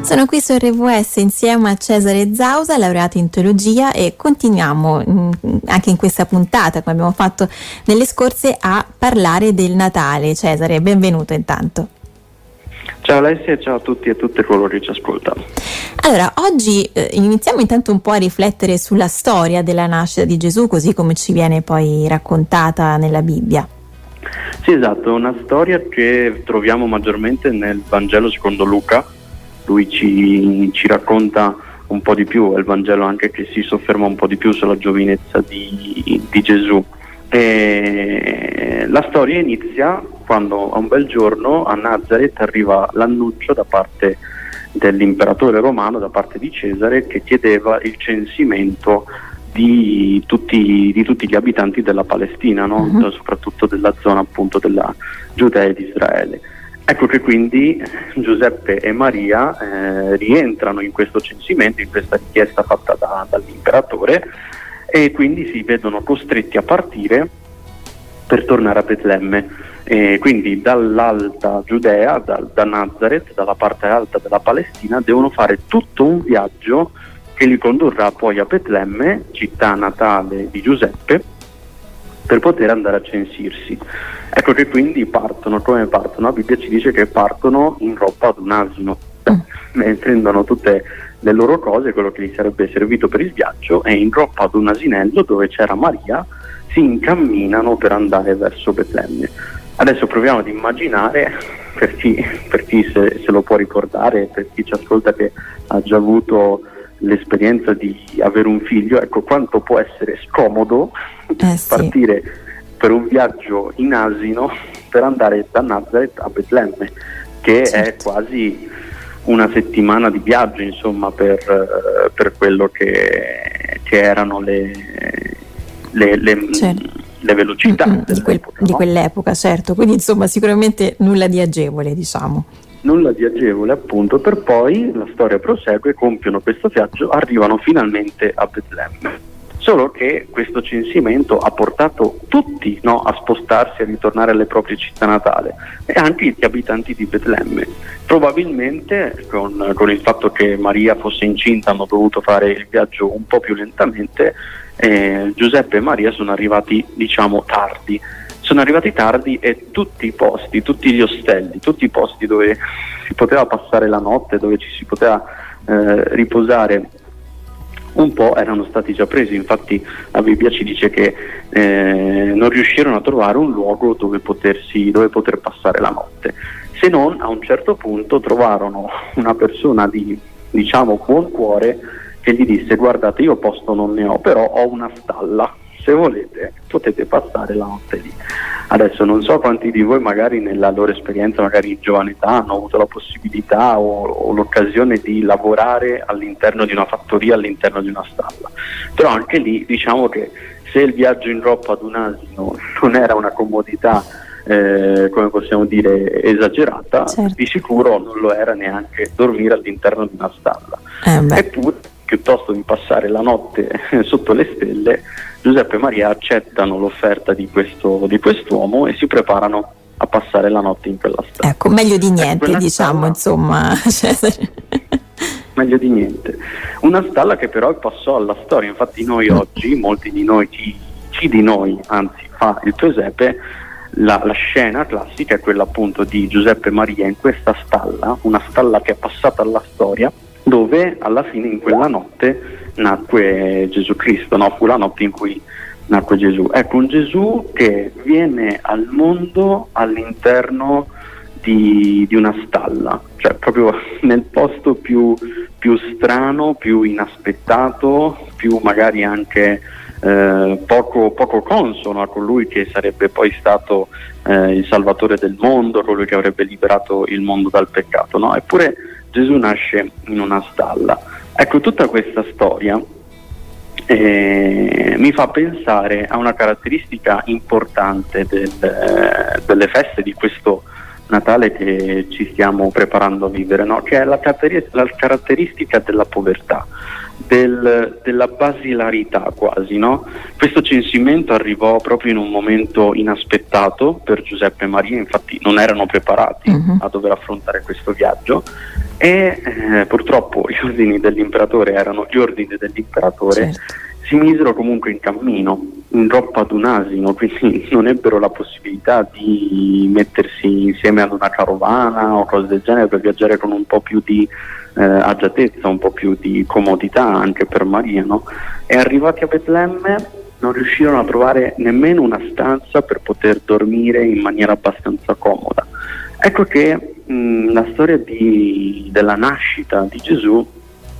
Sono qui su RVS insieme a Cesare Zausa, laureato in teologia, e continuiamo anche in questa puntata, come abbiamo fatto nelle scorse, a parlare del Natale. Cesare, benvenuto intanto. Ciao Alessia e ciao a tutti e tutte coloro che ci ascoltano. Allora, oggi iniziamo intanto un po' a riflettere sulla storia della nascita di Gesù, così come ci viene poi raccontata nella Bibbia. Sì, esatto, è una storia che troviamo maggiormente nel Vangelo secondo Luca. Lui ci racconta un po' di più, è il Vangelo anche che si sofferma un po' di più sulla giovinezza di Gesù. E la storia inizia quando a un bel giorno a Nazareth arriva l'annuncio da parte dell'imperatore romano, da parte di Cesare, che chiedeva il censimento di tutti gli abitanti della Palestina, no? Soprattutto della zona appunto della Giudea e di Israele. Ecco che quindi Giuseppe e Maria rientrano in questo censimento, in questa richiesta fatta dall'imperatore, e quindi si vedono costretti a partire per tornare a Betlemme. E quindi dall'alta Giudea, da Nazareth, dalla parte alta della Palestina, devono fare tutto un viaggio che li condurrà poi a Betlemme, città natale di Giuseppe, per poter andare a censirsi. Ecco che quindi partono. Come partono? La Bibbia ci dice che partono in roppa ad un asino, prendono tutte le loro cose, quello che gli sarebbe servito per il viaggio, e in roppa ad un asinello dove c'era Maria si incamminano per andare verso Betlemme. Adesso proviamo ad immaginare, per chi se lo può ricordare, per chi ci ascolta che ha già avuto l'esperienza di avere un figlio, ecco quanto può essere scomodo partire per un viaggio in asino per andare da Nazareth a Betlemme, che è quasi una settimana di viaggio, insomma, per quello che erano le velocità di quell'epoca, certo. Quindi insomma sicuramente nulla di agevole, diciamo. Nulla di agevole, appunto, per poi la storia prosegue, compiono questo viaggio, arrivano finalmente a Betlemme. Solo che questo censimento ha portato tutti, no, a spostarsi, a ritornare alle proprie città natali, e anche gli abitanti di Betlemme. Probabilmente con il fatto che Maria fosse incinta hanno dovuto fare il viaggio un po' più lentamente. Giuseppe e Maria sono arrivati, diciamo, tardi. Sono arrivati tardi e tutti i posti, tutti gli ostelli, tutti i posti dove si poteva passare la notte, dove ci si poteva riposare un po', erano stati già presi. Infatti la Bibbia ci dice che non riuscirono a trovare un luogo dove poter passare la notte, se non a un certo punto trovarono una persona di, diciamo, buon cuore, che gli disse: guardate, io posto non ne ho, però ho una stalla, se volete potete passare la notte lì. Adesso non so quanti di voi magari nella loro esperienza, magari in giovane età, hanno avuto la possibilità o l'occasione di lavorare all'interno di una fattoria, all'interno di una stalla, però anche lì diciamo che se il viaggio in roppa ad un asino non era una comodità come possiamo dire esagerata, certo, di sicuro non lo era neanche dormire all'interno di una stalla. Eppure, piuttosto di passare la notte sotto le stelle, Giuseppe e Maria accettano l'offerta di quest'uomo e si preparano a passare la notte in quella stalla. Ecco, meglio di niente, diciamo, insomma. Meglio di niente. Una stalla che però passò alla storia. Infatti noi oggi, molti di noi, chi di noi anzi fa il presepe, la scena classica è quella appunto di Giuseppe e Maria in questa stalla, una stalla che è passata alla storia, dove alla fine in quella notte nacque Gesù Cristo, no? Fu la notte in cui nacque Gesù. Ecco, un Gesù che viene al mondo all'interno di una stalla, cioè proprio nel posto più strano, più inaspettato, più magari anche poco consono a colui che sarebbe poi stato il salvatore del mondo, colui che avrebbe liberato il mondo dal peccato, no? Eppure Gesù nasce in una stalla. Ecco, tutta questa storia mi fa pensare a una caratteristica importante delle feste di questo Natale che ci stiamo preparando a vivere, no? Che è la caratteristica della povertà, della basilarità quasi, no? Questo censimento arrivò proprio in un momento inaspettato per Giuseppe e Maria, infatti non erano preparati a dover affrontare questo viaggio e purtroppo gli ordini dell'imperatore erano gli ordini dell'imperatore. Certo. Si misero comunque in cammino, in roppa ad un asino, quindi non ebbero la possibilità di mettersi insieme ad una carovana o cose del genere per viaggiare con un po' più di agiatezza, un po' più di comodità anche per Maria, no? E arrivati a Betlemme non riuscirono a trovare nemmeno una stanza per poter dormire in maniera abbastanza comoda. Ecco che la storia della nascita di Gesù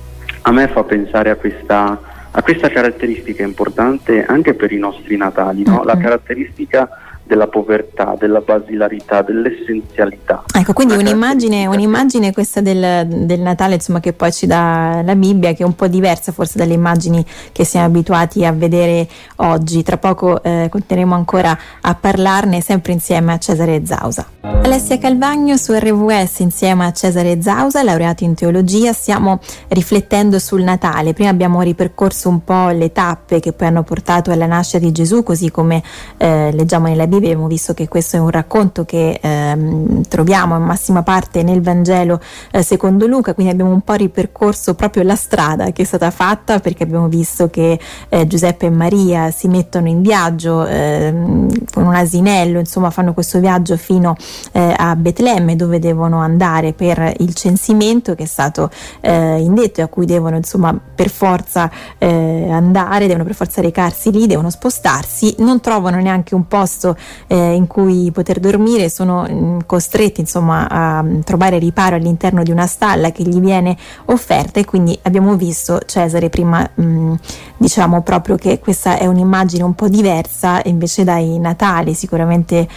a me fa pensare a questa caratteristica importante anche per i nostri Natali, no? La caratteristica della povertà, della basilarità, dell'essenzialità. Ecco, quindi un'immagine questa del Natale, insomma, che poi ci dà la Bibbia, che è un po' diversa forse dalle immagini che siamo abituati a vedere oggi. Tra poco continueremo ancora a parlarne, sempre insieme a Cesare Zausa. Alessia Calvagno su RWS insieme a Cesare Zausa, laureato in teologia. Stiamo riflettendo sul Natale. Prima abbiamo ripercorso un po' le tappe che poi hanno portato alla nascita di Gesù, così come leggiamo nella Bibbia. Abbiamo visto che questo è un racconto che troviamo in massima parte nel Vangelo secondo Luca, quindi abbiamo un po' ripercorso proprio la strada che è stata fatta, perché abbiamo visto che Giuseppe e Maria si mettono in viaggio con un asinello, insomma fanno questo viaggio fino a Betlemme, dove devono andare per il censimento che è stato indetto e a cui devono insomma per forza andare, devono per forza recarsi lì, devono spostarsi, non trovano neanche un posto in cui poter dormire, sono costretti insomma a trovare riparo all'interno di una stalla che gli viene offerta, e quindi abbiamo visto, Cesare, prima diciamo proprio che questa è un'immagine un po' diversa invece dai Natali sicuramente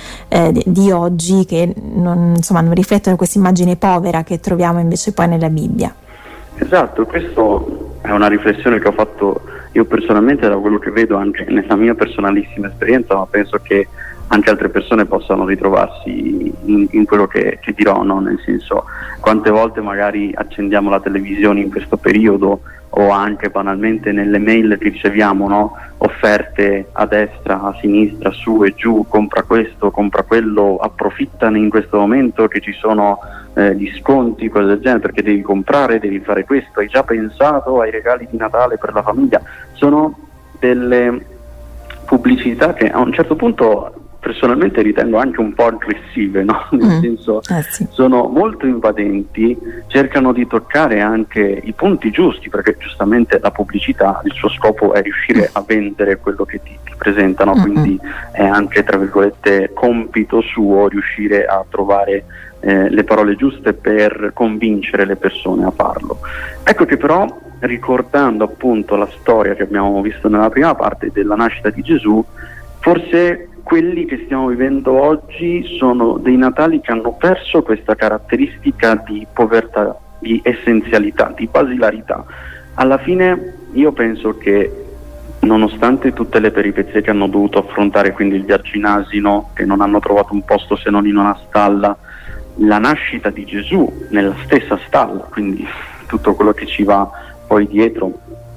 di oggi, che non riflettono questa immagine povera che troviamo invece poi nella Bibbia. Esatto, questa è una riflessione che ho fatto io personalmente da quello che vedo anche nella mia personalissima esperienza, ma penso che anche altre persone possano ritrovarsi in quello che dirò, no? Nel senso, quante volte magari accendiamo la televisione in questo periodo o anche banalmente nelle mail che riceviamo, no? Offerte a destra, a sinistra, su e giù, compra questo, compra quello, approfittane in questo momento che ci sono gli sconti, cose del genere, perché devi comprare, devi fare questo, hai già pensato ai regali di Natale per la famiglia. Sono delle pubblicità che a un certo punto personalmente ritengo anche un po' aggressive, no? Nel senso, sì. Sono molto invadenti, cercano di toccare anche i punti giusti, perché giustamente la pubblicità, il suo scopo è riuscire a vendere quello che ti presentano, quindi è anche, tra virgolette, compito suo riuscire a trovare le parole giuste per convincere le persone a farlo. Ecco che però, ricordando appunto la storia che abbiamo visto nella prima parte della nascita di Gesù, forse quelli che stiamo vivendo oggi sono dei Natali che hanno perso questa caratteristica di povertà, di essenzialità, di basilarità. Alla fine io penso che, nonostante tutte le peripezie che hanno dovuto affrontare, quindi il viaggio in asino, che non hanno trovato un posto se non in una stalla, la nascita di Gesù nella stessa stalla, quindi tutto quello che ci va poi dietro,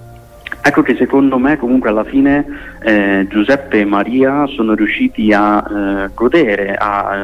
ecco che secondo me comunque alla fine Giuseppe e Maria sono riusciti a godere,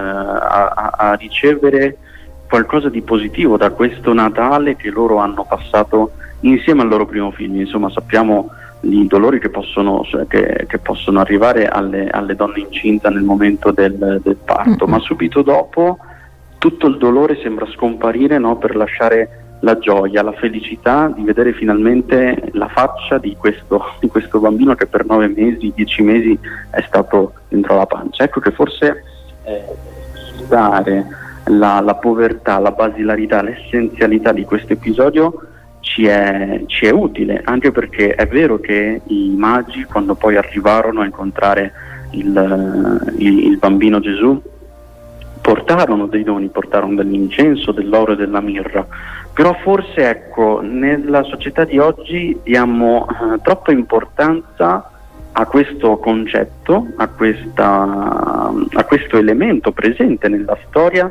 a ricevere qualcosa di positivo da questo Natale che loro hanno passato insieme al loro primo figlio. Insomma, sappiamo i dolori che possono arrivare alle donne incinta nel momento del parto, ma subito dopo tutto il dolore sembra scomparire, no? Per lasciare la gioia, la felicità di vedere finalmente la faccia di questo bambino che per 9 mesi, 10 mesi è stato dentro la pancia. Ecco che forse dare la povertà, la basilarità, l'essenzialità di questo episodio ci è utile, anche perché è vero che i magi, quando poi arrivarono a incontrare il bambino Gesù, portarono dei doni, portarono dell'incenso, dell'oro e della mirra, però forse, ecco, nella società di oggi diamo troppa importanza a questo concetto, a questo elemento presente nella storia,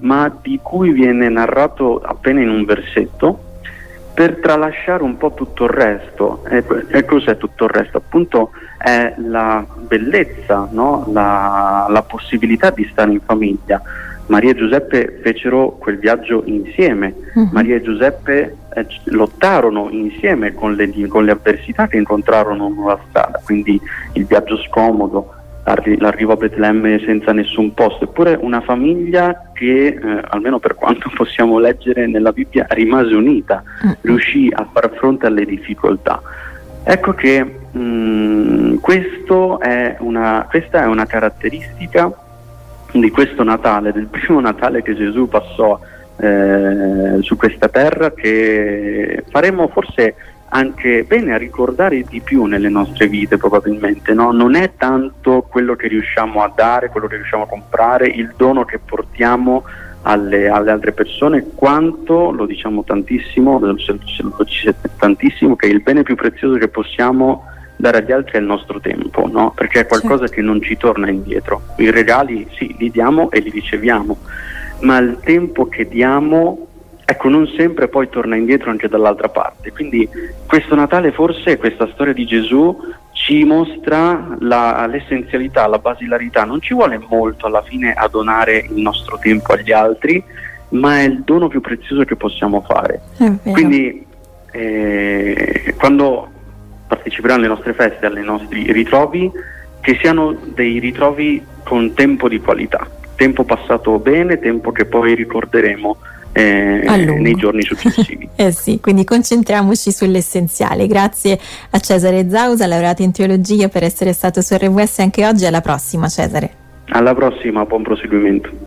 ma di cui viene narrato appena in un versetto, per tralasciare un po' tutto il resto. E cos'è tutto il resto? Appunto è la bellezza, no? La possibilità di stare in famiglia. Maria e Giuseppe fecero quel viaggio insieme. Maria e Giuseppe lottarono insieme con le avversità che incontrarono sulla strada, quindi il viaggio scomodo, l'arrivo a Betlemme senza nessun posto. Eppure una famiglia che, almeno per quanto possiamo leggere nella Bibbia, rimase unita, riuscì a far fronte alle difficoltà. Ecco che questa è una caratteristica di questo Natale, del primo Natale che Gesù passò su questa terra, che faremo forse anche bene a ricordare di più nelle nostre vite, probabilmente, no? Non è tanto quello che riusciamo a dare, quello che riusciamo a comprare, il dono che portiamo alle altre persone, quanto, lo diciamo tantissimo, lo dice tantissimo, che il bene più prezioso che possiamo dare agli altri è il nostro tempo, no? Perché è qualcosa che non ci torna indietro. I regali sì, li diamo e li riceviamo, ma il tempo che diamo, ecco, non sempre poi torna indietro anche dall'altra parte. Quindi questo Natale, forse questa storia di Gesù ci mostra l'essenzialità, la basilarità. Non ci vuole molto alla fine a donare il nostro tempo agli altri, ma è il dono più prezioso che possiamo fare. Quindi quando parteciperanno alle nostre feste, ai nostri ritrovi, che siano dei ritrovi con tempo di qualità, tempo passato bene, tempo che poi ricorderemo nei giorni successivi. Sì, quindi concentriamoci sull'essenziale. Grazie a Cesare Zausa, laureato in teologia, per essere stato su RWS anche oggi. Alla prossima, Cesare. Alla prossima, buon proseguimento.